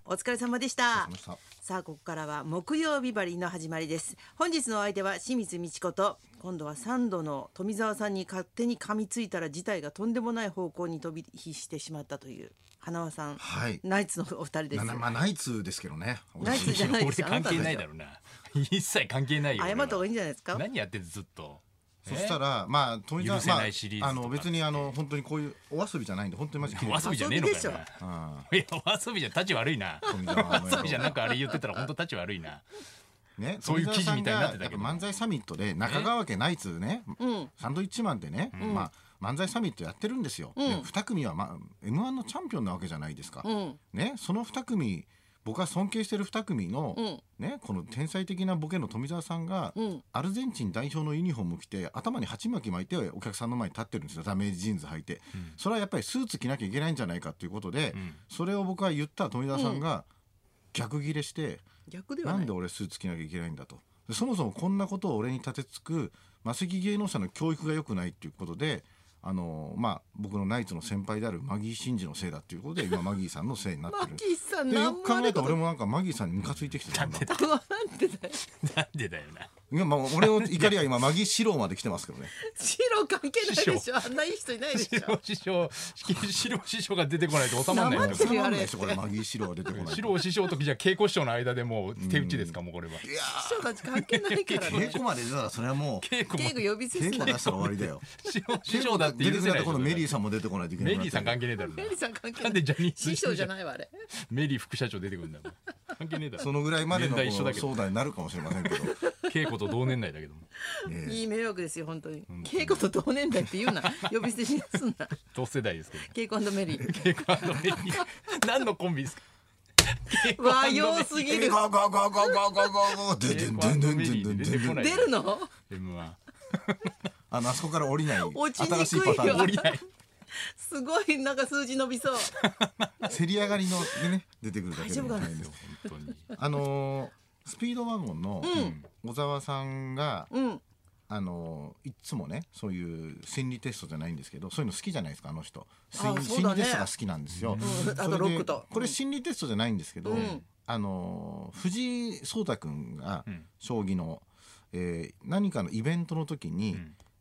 お疲れ様でした。 お疲れ様でした。 さあここからは木曜日張りの始まりです。本日のお相手は清水美智子と、今度は3度の富澤さんに勝手に噛みついたら事態がとんでもない方向に飛び火してしまったという花輪さん、 はい、 ナイツのお二人です。 まあナイツですけどね。 ナイツじゃないですよ。 俺関係ないだろうな。一切関係ないよ。 謝った方がいいんじゃないですか。 何やってんのずっと。 そしたらまあ富澤さん、別に本当にこういうお遊びじゃないんで本当にマジお遊びじゃねえのかよな。いやお遊びじゃ立ち悪いな。お遊びじゃなんかあれ言ってたら本当立ち悪いな。 ね、 そういう記事みたいになってたけど。 漫才サミットで中川家ナイツね、サンドイッチマンでね、まあ漫才サミットやってるんですよ。2組はM1 のチャンピオンなわけじゃないですか。ね、その2組。僕は尊敬してる2組の、ね、この天才的なボケの富澤さんが、アルゼンチン代表のユニフォーム着て頭に鉢巻き巻いてお客さんの前に立ってるんですよ。ダメージジーンズ履いて、それはやっぱりスーツ着なきゃいけないんじゃないかということで、それを僕は言った富澤さんが逆ギレして、なんで俺スーツ着なきゃいけないんだと。そもそもこんなことを俺に立てつくマセキ芸能者の教育が良くないっていうことで、僕のナイツの先輩であるマギー真司のせいだっていうことで今マギーさんのせいになってる。 マギーさんでよく考えたら俺もなんかマギーさんにムカついてきてたんだ。 なんでだよな。 いや、俺の怒りは今マギー四郎まで来てますけどね。 四郎関係ないでしょ。あんないい人いないでしょ。 四郎師匠が出てこないと収まんないよ。 収まんないでしょこれ。マギー四郎が出てこない。 四郎師匠とじゃあ稽古師匠の間でもう手打ちですか。もうこれは。 いや師匠たち関係ないからね。 稽古まで出たらそれはもう稽古呼び捨て稽古出したら終わりだよ。 師匠だって出てくれたこのメリーさんも出てこないといけない。 メリーさん関係ねえだろ。 メリーさん関係ない。 なんでジャニーズ師匠じゃないわあれ。 メリー副社長出てくるんだもん。関係ねえだろ。 そのぐらいまでの相談になるかもしれませんけど。 稽古と同年代だけども。 いい迷惑ですよ本当に。稽古と同年代って言うな。呼び捨てしなすんな。 同世代ですけど。 稽古&メリー。 稽古&メリー。何のコンビですか。 和洋すぎる。 ガガガガガガガ出るの ？M1。 あそこから降りない。 新しいパターン。降りない。すごいなんか数字伸びそう。 競り上がりのでね出てくるだけでも大変です。 本当に。 スピードワゴンの小沢さんが、いつもねそういう心理テストじゃないんですけどそういうの好きじゃないですかあの人。心理テストが好きなんですよ。 あとロックとこれ心理テストじゃないんですけど、藤井聡太君が将棋の、何かのイベントの時に、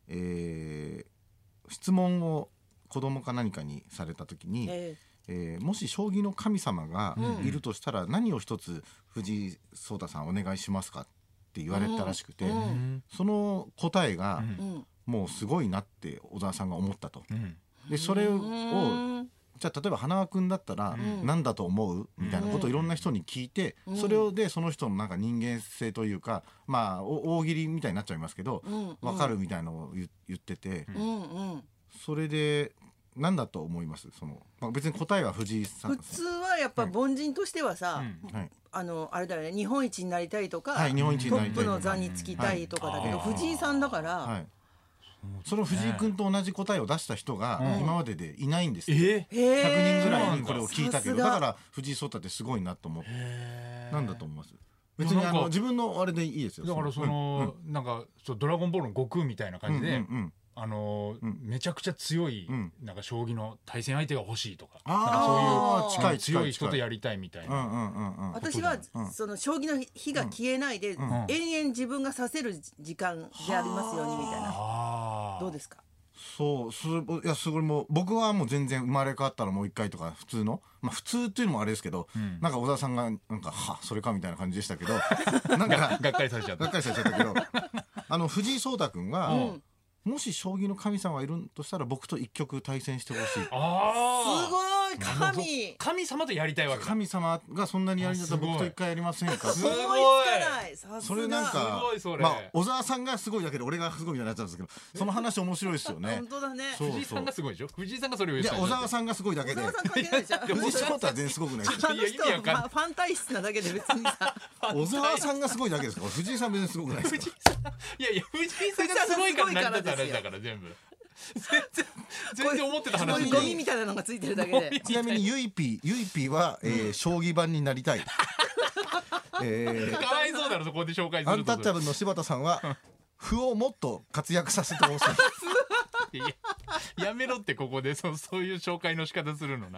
質問を子供か何かにされた時に、もし将棋の神様がいるとしたら何を一つ藤井聡太さんお願いしますかって言われたらしくて、その答えがもうすごいなって小沢さんが思ったと。でそれをじゃあ例えば花輪君だったら何だと思うみたいなことをいろんな人に聞いて、それでその人のなんか人間性というか大喜利みたいになっちゃいますけど分かるみたいなのを言ってて、それで何だと思います？別に答えは藤井さん。 普通はやっぱ凡人としてはさ、あれだよね、日本一になりたいとか、トップの座につきたいとかだけど、藤井さんだから、その藤井君と同じ答えを出した人が今まででいないんですよ。100人ぐらいにこれを聞いたけど、だから藤井聡太ってすごいなと思って。何だと思います？別に自分のあれでいいですよ。 だからなんかドラゴンボールの悟空みたいな感じでめちゃくちゃ強いなんか将棋の対戦相手が欲しいとか、そういう強い人とやりたいみたいな。 私はその将棋の火が消えないで延々自分が指せる時間でありますようにみたいな。どうですか？ いやそれも僕はもう全然生まれ変わったらもう一回とか普通の普通っていうのもあれですけど、なんか小沢さんがなんかそれかみたいな感じでしたけど、なんかがっかりされちゃったけど、藤井聡太君がもし将棋の神様がいるとしたら僕と一局対戦してほしい。 すごい神様とやりたいわけ。 神様がそんなにやりたいと僕と一回やりませんか。 すごい。 それなんか小沢さんがすごいだけど俺がすごいみたいになっちゃうんですけど、その話面白いですよね。 本当だね。 藤井さんがすごいでしょ。藤井さんがそれを言った。 小沢さんがすごいだけで。藤井聡太は全然すごくない。 ファン体質なだけで別にさ。 小沢さんがすごいだけですから。藤井さん別にすごくないですか。 いや藤井さんがすごいから成り立った話だから全部。全然思ってた話。 ゴミみたいなのがついてるだけで。 ちなみにゆいぴーは将棋盤になりたい。かわいそうだろそこで紹介すると。 アンタッチャブルの柴田さんは歩をもっと活躍させてほしい。 やめろってここでそういう紹介の仕方するのな。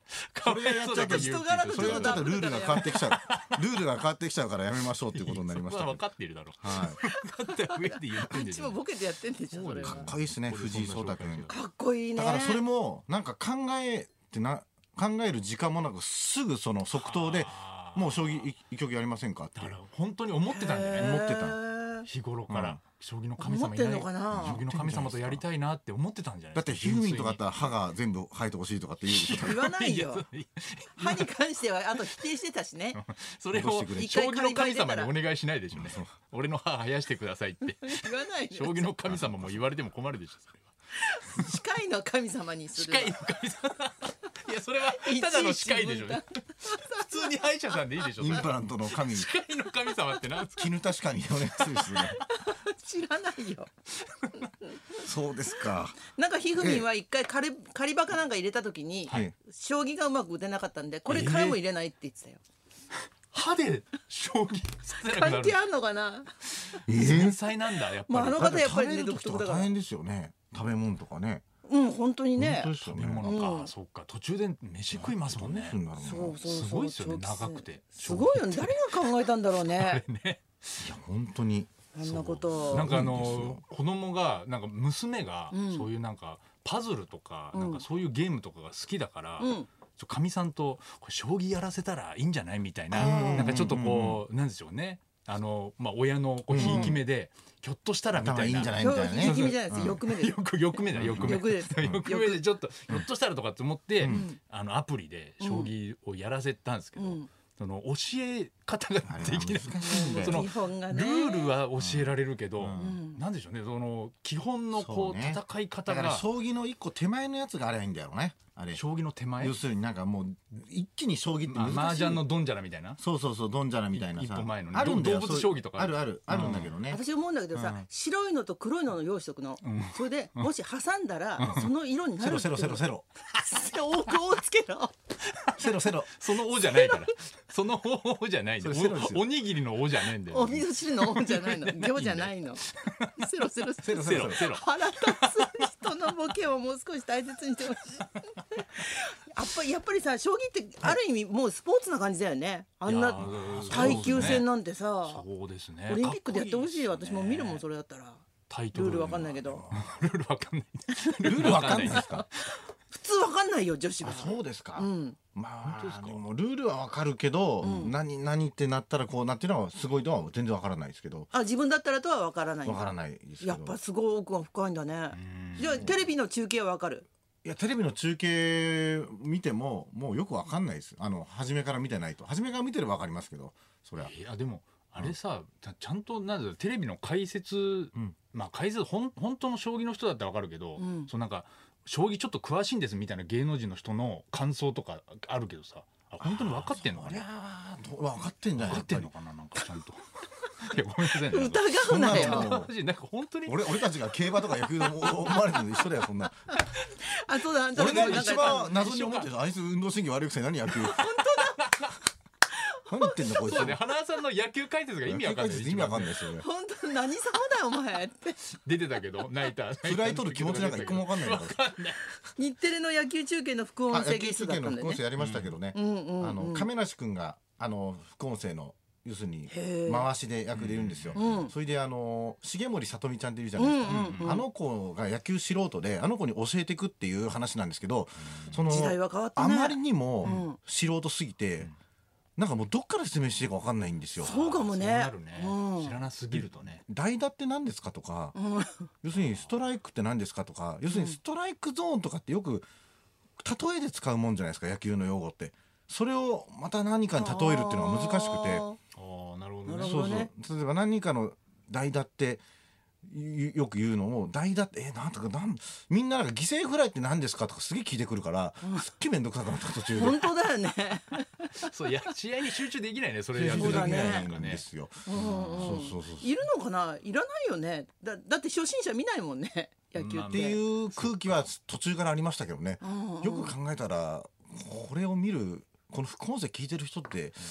それやっちゃうとルールが変わってきちゃうルールが変わってきちゃうからやめましょうっていうことになりました。 分かっているだろう。 分かった上で言ってんでしょ。 あっちもボケてやってんでしょ。それはかっこいいですね、藤井聡太君。 かっこいいね。 だからそれもなんか考える時間もなくすぐその即答でもう将棋一局やりませんかって。 だから本当に思ってたんじゃない。 思ってた日頃から将棋の神様いない、将棋の神様とやりたいなって思ってたんじゃない。 だってひふみんとかだったら歯が全部生えてほしいとかって言わないよ。歯に関してはあと否定してたしね。 それを将棋の神様にお願いしないでしょうね。俺の歯生やしてくださいって言わない。 将棋の神様も言われても困るでしょ。それは歯科医の神様にする。 歯科医の神様いやそれはただの歯科医でしょうね。普通に歯医者さんでいいでしょ。 インプラントの神、 歯科医の神様ってなんですか。 絹確かにお願いするですね。 知らないよ。 そうですか。 なんかひふみんは一回仮刃かなんか入れた時に将棋がうまく打てなかったんで、これからも入れないって言ってたよ。 歯で将棋させなくなる。 関係あんのかな。 繊細なんだやっぱり。 まああの方やっぱりね独特だから大変ですよね。食べ物とかね。 本当にね。 食べ物か、そうか、途中で飯食いますもんね。すごいですよね、長くて。 すごいよね。誰が考えたんだろうね。 いや本当に。 あんなこと。 なんか子供がなんか娘がそういうなんかパズルとかなんかそういうゲームとかが好きだから。かみさんと将棋やらせたらいいんじゃないみたいな、なんかちょっとこうなんでしょうね、まあ親のひいき目でひょっとしたらみたいな、 ひいき目じゃないです、欲目です。 欲目でちょっとひょっとしたらとかって思ってアプリで将棋をやらせたんですけど、その教え方ができない。そのルールは教えられるけど、なんでしょうね、その基本のこう戦い方が、 将棋の一個手前のやつがあればいいんだよね。 将棋の手前、 要するになんかもう一気に将棋って難しい。 麻雀のドンジャラみたいな。 そうドンジャラみたいなさ、 一歩前のあるんだよ。 動物将棋とかあるんだけどね。 私思うんだけどさ、白いのと黒いのの用意しとくの。それでもし挟んだらその色になる。 セロおつけろ。 セロそのおじゃないから。そのおじゃないの。おにぎりのおじゃねえんだよ。 お味噌汁のおじゃないの。行じゃないの。セロ。腹立つ人のボケをもう少し大切にしてほしい。やっぱりさ、将棋ってある意味もうスポーツな感じだよね。あんな耐久戦なんてさ、 そうですね。 オリンピックでやってほしい。私も見るもん、それだったら。ルールわかんないけど。 ルールわかんない。 ルールわかんないですか。 普通わかんないよ、女子は。 そうですか。まあでもルールはわかるけど、何ってなったらこうなっていうのはすごいのは全然わからないですけど。 自分だったらとはわからない。 わからないですけど。 やっぱすごい奥が深いんだね。じゃあテレビの中継はわかる？ いやテレビの中継見てももうよくわかんないです。初めから見てないと。初めから見てればわかりますけど、そりゃ。 でもあれさ、ちゃんとなんだテレビの解説、まあ解説本当の将棋の人だったらわかるけど、そうなんか将棋ちょっと詳しいんですみたいな芸能人の人の感想とかあるけどさ、本当に分かってんのかね。 分かってんじゃない。 分かってんのかな、なんかちゃんと。いやごめんなさいね。 疑うなよ。 なんか本当に俺たちが競馬とか野球で思われてるの一緒だよそんな。 そうだ。 俺が一番謎に思ってる、あいつ運動神経悪いくせに何野球。本当だ。何言ってんのこいつ。 花輪さんの野球解説が意味わかんない。 意味わかんないですよね。 本当何様だよお前って。 出てたけど泣いた。 フライ取る気持ちなんか一個もわかんないから。 日テレの野球中継の副音声ゲストだったんだよね。 副音声やりましたけどね。亀梨君が副音声の要するに回しで役でいるんですよ。それで重森さとみちゃんっているじゃないですか。あの子が野球素人であの子に教えていくっていう話なんですけど、その時代は変わったね。 あまりにも素人すぎて。なんかもうどっから説明していいか分かんないんですよ。 そうかもね。 知らなすぎるとね。 代打って何ですかとか、要するにストライクって何ですかとか、要するにストライクゾーンとかってよく例えで使うもんじゃないですか野球の用語って。それをまた何かに例えるっていうのが難しくて。 なるほどね。 そう例えば何かの代打ってよく言うのを代打ってみんななんか犠牲フライって何ですかとかすげえ聞いてくるからすっげえ面倒くさくなった途中で。 本当だよね。 そう試合に集中できないねそれやってるだけなんですよ。 いるのかないらないよね。だって初心者見ないもんね野球って。 っていう空気は途中からありましたけどね。よく考えたらこれを見るこの副音声聞いてる人って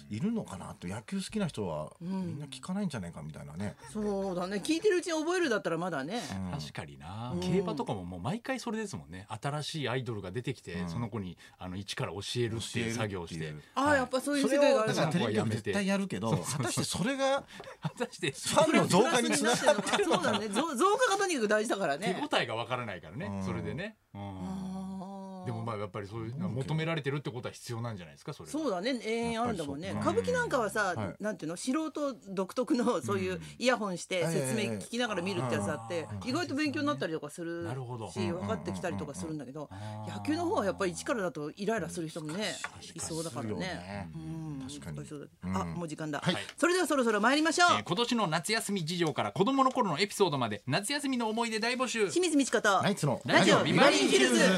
いるのかなと、野球好きな人はみんな聞かないんじゃないかみたいなね。 そうだね、聞いてるうちに覚えるだったらまだね。 確かにな、競馬とかももう毎回それですもんね。新しいアイドルが出てきて、その子に一から教えるっていう作業をして、 やっぱそういう世界があるからテレビ局絶対やるけど、果たしてそれがファンの増加につながってるのか。 そうだね、増加がとにかく大事だからね。 手応えがわからないからね、それでね。でもやっぱりそういう求められてるってことは必要なんじゃないですか、それ。 そうだね、永遠あるんだもんね。歌舞伎なんかはさ、なんていうの、素人独特のそういうイヤホンして説明聞きながら見るってやつあって、意外と勉強になったりとかするし、分かってきたりとかするんだけど、野球の方はやっぱり一からだとイライラする人もねいそうだからね。確かに。もう時間だ。それではそろそろ参りましょう。 今年の夏休み事情から子供の頃のエピソードまで、夏休みの思い出大募集。 清水美智子とナイツのラジオビバリーヒルズ。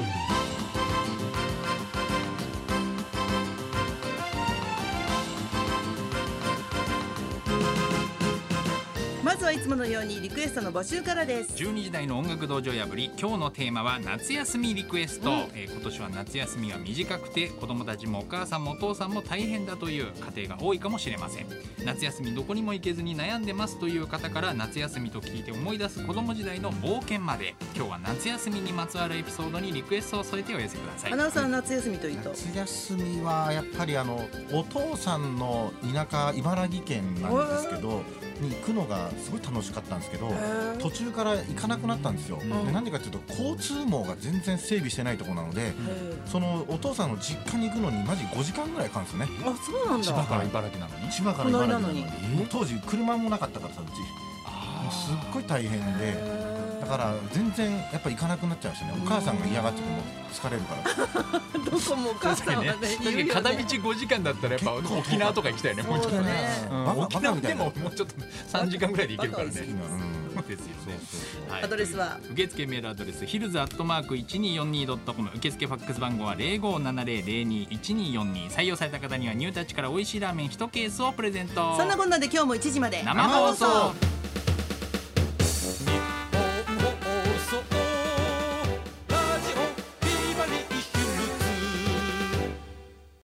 まずはいつものようにリクエストの募集からです。 12時台の音楽道場破り、今日のテーマは夏休みリクエスト。今年は夏休みは短くて、子供たちもお母さんもお父さんも大変だという家庭が多いかもしれません。夏休みどこにも行けずに悩んでますという方から、夏休みと聞いて思い出す子供時代の冒険まで、今日は夏休みにまつわるエピソードにリクエストを添えてお寄せください。 アナウンサーの夏休みというと、 夏休みはやっぱりお父さんの田舎茨城県なんですけどに行くのがすごい楽しかったんですけど、途中から行かなくなったんですよ。でなんでかというと、交通網が全然整備してないところなので、そのお父さんの実家に行くのにマジ5時間ぐらいかかるんですよね。 あ、そうなんだ。 千葉から茨城なのに。 千葉から茨城なのに。当時車もなかったからさ、うちすっごい大変で、だから全然やっぱ行かなくなっちゃうんですよね。お母さんが嫌がってても疲れるからどこもお母さんはね、 片道5時間だったらやっぱ沖縄とか行きたいね。もうちょっとね、沖縄でももうちょっと3時間ぐらいで行けるからね。ですよね。 アドレスは受付メールアドレスhills@1242.com、受付ファックス番号は 0570021242。 採用された方にはニュータッチから美味しいラーメン1ケースをプレゼント。 そんなこんなで今日も1時まで生放送。